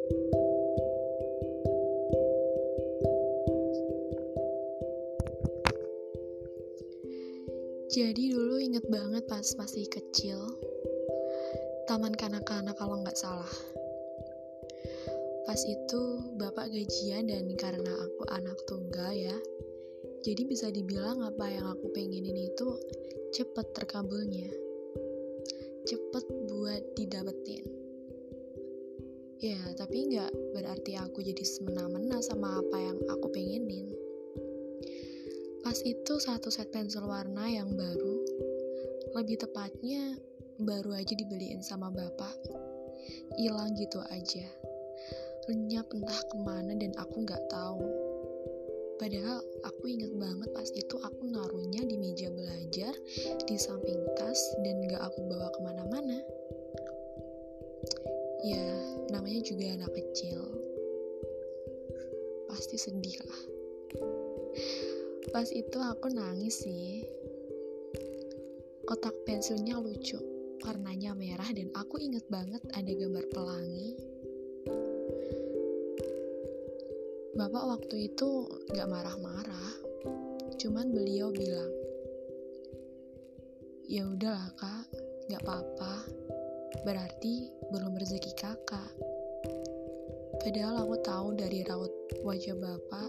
Jadi dulu inget banget pas masih kecil, taman kanak-kanak kalau nggak salah. Pas itu bapak gajian dan karena aku anak tunggal ya, jadi bisa dibilang apa yang aku pengenin itu cepet terkabulnya, cepet buat didapetin. Ya, tapi nggak berarti aku jadi semena-mena sama apa yang aku pengenin. Pas itu satu set pensil warna yang baru, lebih tepatnya baru aja dibeliin sama bapak, hilang gitu aja, lenyap entah kemana dan aku nggak tahu. Padahal aku inget banget pas itu aku naruhnya di meja belajar, di samping tas, dan nggak aku bawa kemana-mana. Ya, namanya juga anak kecil, pasti sedih lah. Pas itu aku nangis sih. Kotak pensilnya lucu, warnanya merah dan aku inget banget ada gambar pelangi. Bapak waktu itu gak marah-marah, cuman beliau bilang, "Ya udahlah kak, gak apa-apa, berarti belum rezeki kakak." Padahal aku tahu dari raut wajah bapak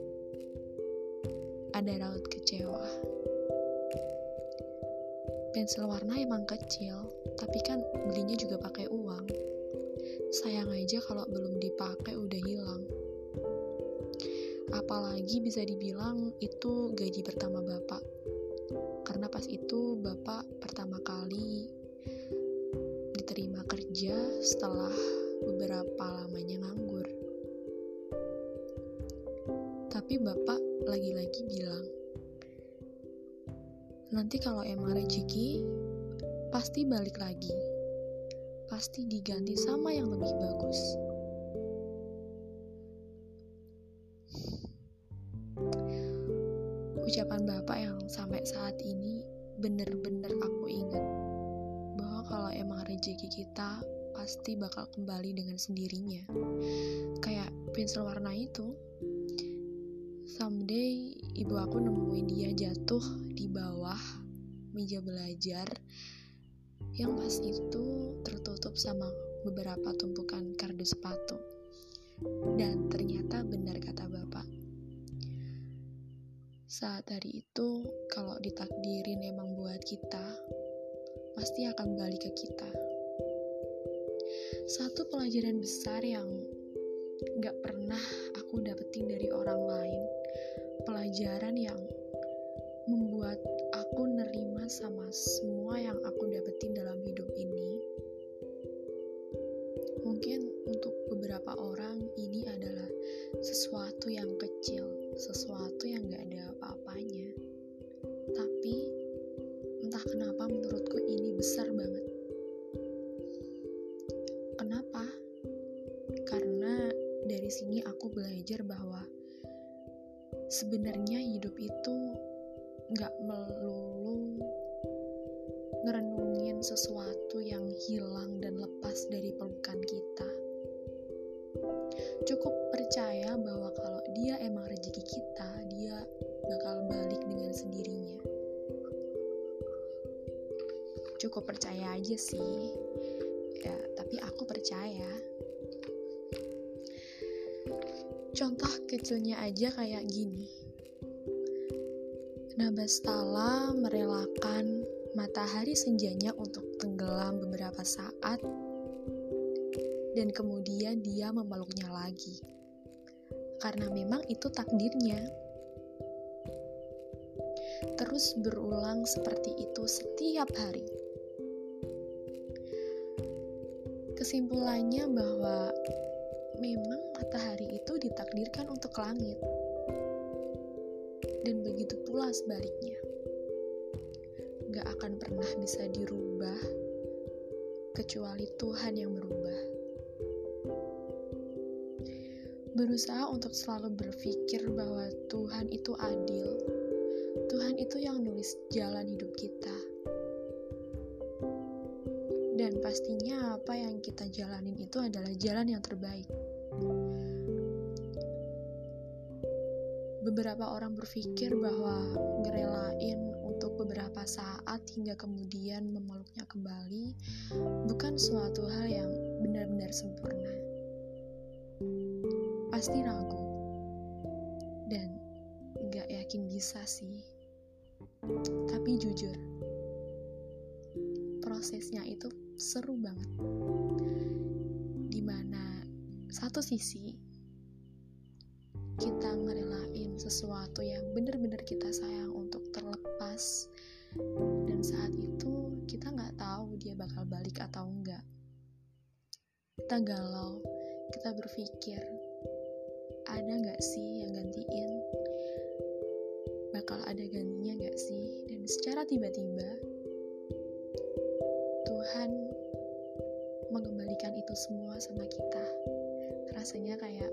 ada raut kecewa. Pensil warna emang kecil, tapi kan belinya juga pakai uang. Sayang aja kalau belum dipakai udah hilang. Apalagi bisa dibilang itu gaji pertama bapak. Karena pas itu bapak pertama kali diterima kerja setelah beberapa lamanya nganggur. Tapi bapak lagi-lagi bilang, nanti kalau emang rezeki, pasti balik lagi. Pasti diganti sama yang lebih bagus. Ucapan bapak yang sampai saat ini bener-bener aku ingat. Bahwa kalau emang rezeki kita, pasti bakal kembali dengan sendirinya. Kayak pensil warna itu. Someday ibu aku nemuin dia jatuh di bawah meja belajar yang pas itu tertutup sama beberapa tumpukan kardus sepatu. Dan ternyata benar kata bapak. Saat hari itu kalau ditakdirin emang buat kita, pasti akan balik ke kita. Satu pelajaran besar yang gak pernah aku dapetin dari orang lain, pelajaran yang membuat aku nerima sama semua yang aku dapetin dalam hidup ini. Mungkin untuk beberapa orang ini adalah sesuatu yang kecil, sesuatu yang gak ada apa-apanya. Tapi entah kenapa menurutku ini besar banget. Kenapa? Karena dari sini aku belajar bahwa sebenarnya hidup itu gak melulu ngerenungin sesuatu yang hilang dan lepas dari pelukan kita. Cukup percaya bahwa kalau dia emang rezeki kita, dia bakal balik dengan sendirinya. Cukup percaya aja sih. Ya, tapi aku percaya. Contoh kecilnya aja kayak gini. Nabastala merelakan matahari senjanya untuk tenggelam beberapa saat dan kemudian dia memeluknya lagi. Karena memang itu takdirnya. Terus berulang seperti itu setiap hari. Kesimpulannya bahwa memang matahari itu ditakdirkan untuk langit. Dan begitu pula sebaliknya. Gak akan pernah bisa dirubah kecuali Tuhan yang merubah. Berusaha untuk selalu berpikir bahwa Tuhan itu adil. Tuhan itu yang nulis jalan hidup kita. Dan Dan pastinya apa yang kita jalanin itu adalah jalan yang terbaik. Beberapa orang berpikir bahwa ngerelain untuk beberapa saat hingga kemudian memeluknya kembali bukan suatu hal yang benar-benar sempurna. Pasti ragu dan gak yakin bisa sih. Tapi jujur, prosesnya itu seru banget. Dimana satu sisi kita ngerelain sesuatu yang benar-benar kita sayang untuk terlepas, dan saat itu kita nggak tahu dia bakal balik atau enggak. Kita galau, kita berpikir ada nggak sih yang gantiin, bakal ada gantinya nggak sih, dan secara tiba-tiba Tuhan mengembalikan itu semua sama kita. Rasanya kayak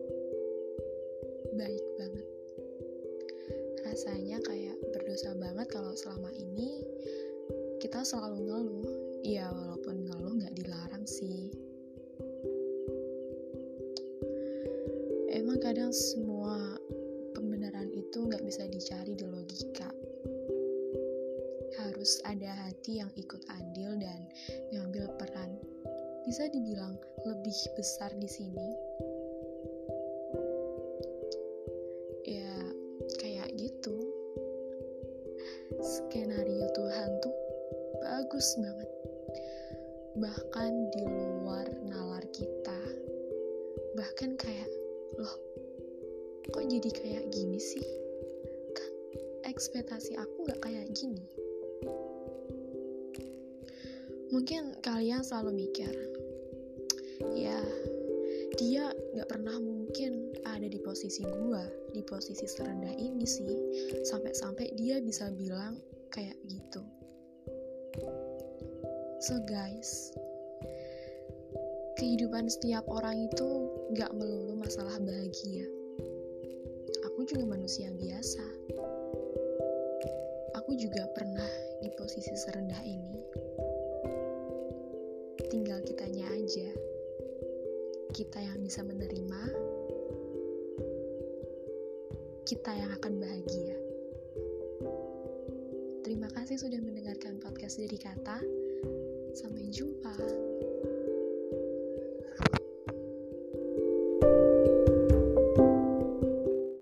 baik banget. Rasanya kayak berdosa banget kalau selama ini kita selalu ngeluh. Ya walaupun ngeluh gak dilarang sih. Emang kadang semua pembenaran itu gak bisa dicari di logika. Harus ada hati yang ikut andil dan ngambil peran. Bisa dibilang lebih besar di sini. Ya kayak gitu. Skenario Tuhan tuh bagus banget. Bahkan di luar nalar kita. Bahkan kayak, loh kok jadi kayak gini sih? Kan ekspektasi aku gak kayak gini. Mungkin kalian selalu mikir, ya dia gak pernah mungkin ada di posisi gua, di posisi serendah ini sih, sampai-sampai dia bisa bilang kayak gitu. So guys, kehidupan setiap orang itu gak melulu masalah bahagia. Aku juga manusia biasa. Aku juga pernah di posisi serendah ini. Tinggal kitanya aja. Kita yang bisa menerima, kita yang akan bahagia. Terima kasih sudah mendengarkan podcast Dari Kata. Sampai jumpa.